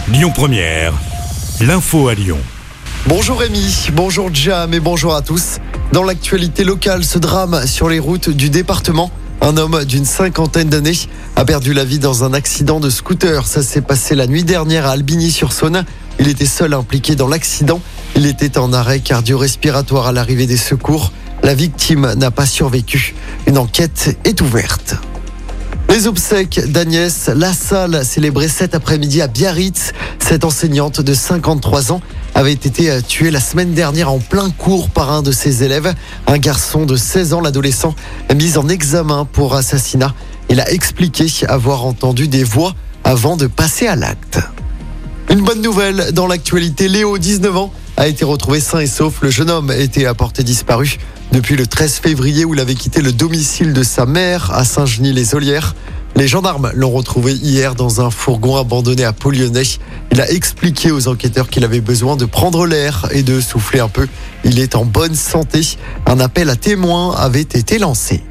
Lyon Première, l'info à Lyon. Bonjour Rémi, bonjour Jam et bonjour à tous. Dans l'actualité locale, ce drame sur les routes du département. Un homme d'une 50aine d'années a perdu la vie dans un accident de scooter. Ça s'est passé la nuit dernière à Albigny-sur-Saône. Il était seul impliqué dans l'accident. Il était en arrêt cardio-respiratoire à l'arrivée des secours. La victime n'a pas survécu. Une enquête est ouverte. Les obsèques d'Agnès Lassalle, célébrées cet après-midi à Biarritz. Cette enseignante de 53 ans avait été tuée la semaine dernière en plein cours par un de ses élèves. Un garçon de 16 ans, l'adolescent, mis en examen pour assassinat. Il a expliqué avoir entendu des voix avant de passer à l'acte. Une bonne nouvelle dans l'actualité, Léo, 19 ans, a été retrouvé sain et sauf. Le jeune homme était à portée disparu depuis le 13 février où il avait quitté le domicile de sa mère à Saint-Genis-les-Olières. Les gendarmes l'ont retrouvé hier dans un fourgon abandonné à Pau-Lyonnais. Il a expliqué aux enquêteurs qu'il avait besoin de prendre l'air et de souffler un peu. Il est en bonne santé. Un appel à témoins avait été lancé.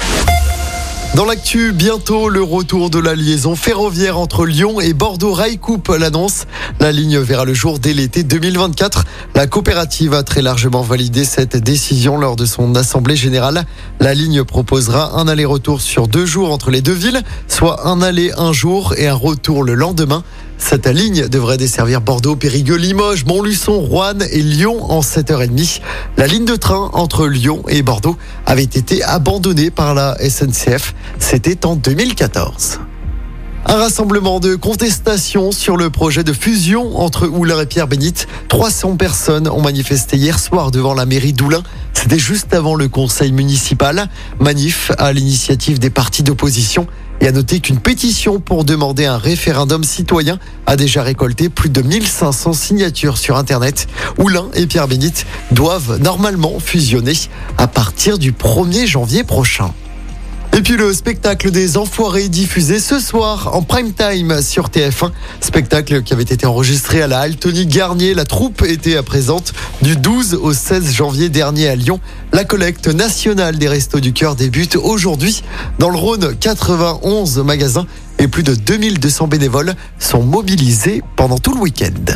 Dans l'actu, bientôt le retour de la liaison ferroviaire entre Lyon et Bordeaux. Rail Coupe l'annonce. La ligne verra le jour dès l'été 2024. La coopérative a très largement validé cette décision lors de son assemblée générale. La ligne proposera un aller-retour sur 2 jours entre les deux villes, soit un aller un jour et un retour le lendemain. Cette ligne devrait desservir Bordeaux, Périgueux, Limoges, Montluçon, Roanne et Lyon en 7h30. La ligne de train entre Lyon et Bordeaux avait été abandonnée par la SNCF. C'était en 2014. Un rassemblement de contestation sur le projet de fusion entre Oulin et Pierre-Bénite. 300 personnes ont manifesté hier soir devant la mairie d'Oulin. C'était juste avant le conseil municipal. Manif à l'initiative des partis d'opposition. Et à noter qu'une pétition pour demander un référendum citoyen a déjà récolté plus de 1500 signatures sur Internet. Oulin et Pierre-Bénite doivent normalement fusionner à partir du 1er janvier prochain. Et puis le spectacle des Enfoirés diffusé ce soir en prime time sur TF1. Spectacle qui avait été enregistré à la halle Tony Garnier. La troupe était présente du 12 au 16 janvier dernier à Lyon. La collecte nationale des Restos du Cœur débute aujourd'hui. Dans le Rhône, 91 magasins et plus de 2200 bénévoles sont mobilisés pendant tout le week-end.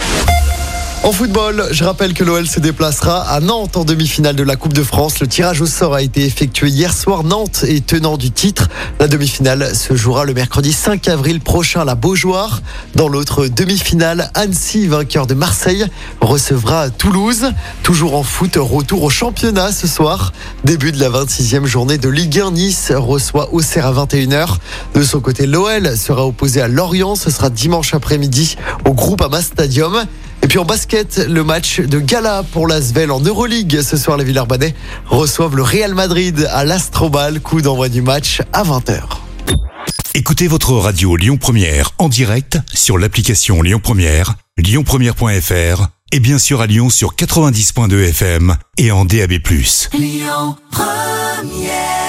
En football, je rappelle que l'OL se déplacera à Nantes en demi-finale de la Coupe de France. Le tirage au sort a été effectué hier soir. Nantes est tenant du titre. La demi-finale se jouera le mercredi 5 avril prochain à la Beaujoire. Dans l'autre demi-finale, Annecy, vainqueur de Marseille, recevra Toulouse. Toujours en foot, retour au championnat ce soir. Début de la 26e journée de Ligue 1. Nice reçoit Auxerre à 21h. De son côté, l'OL sera opposé à Lorient. Ce sera dimanche après-midi au Groupama Stadium. Et puis en basket, le match de gala pour l'Asvel en Euroleague. Ce soir, les Villeurbanais reçoivent le Real Madrid à l'Astrobal. Coup d'envoi du match à 20h. Écoutez votre radio Lyon Première en direct sur l'application Lyon Première, lyonpremière.fr et bien sûr à Lyon sur 90.2 FM et en DAB+. Lyon Première.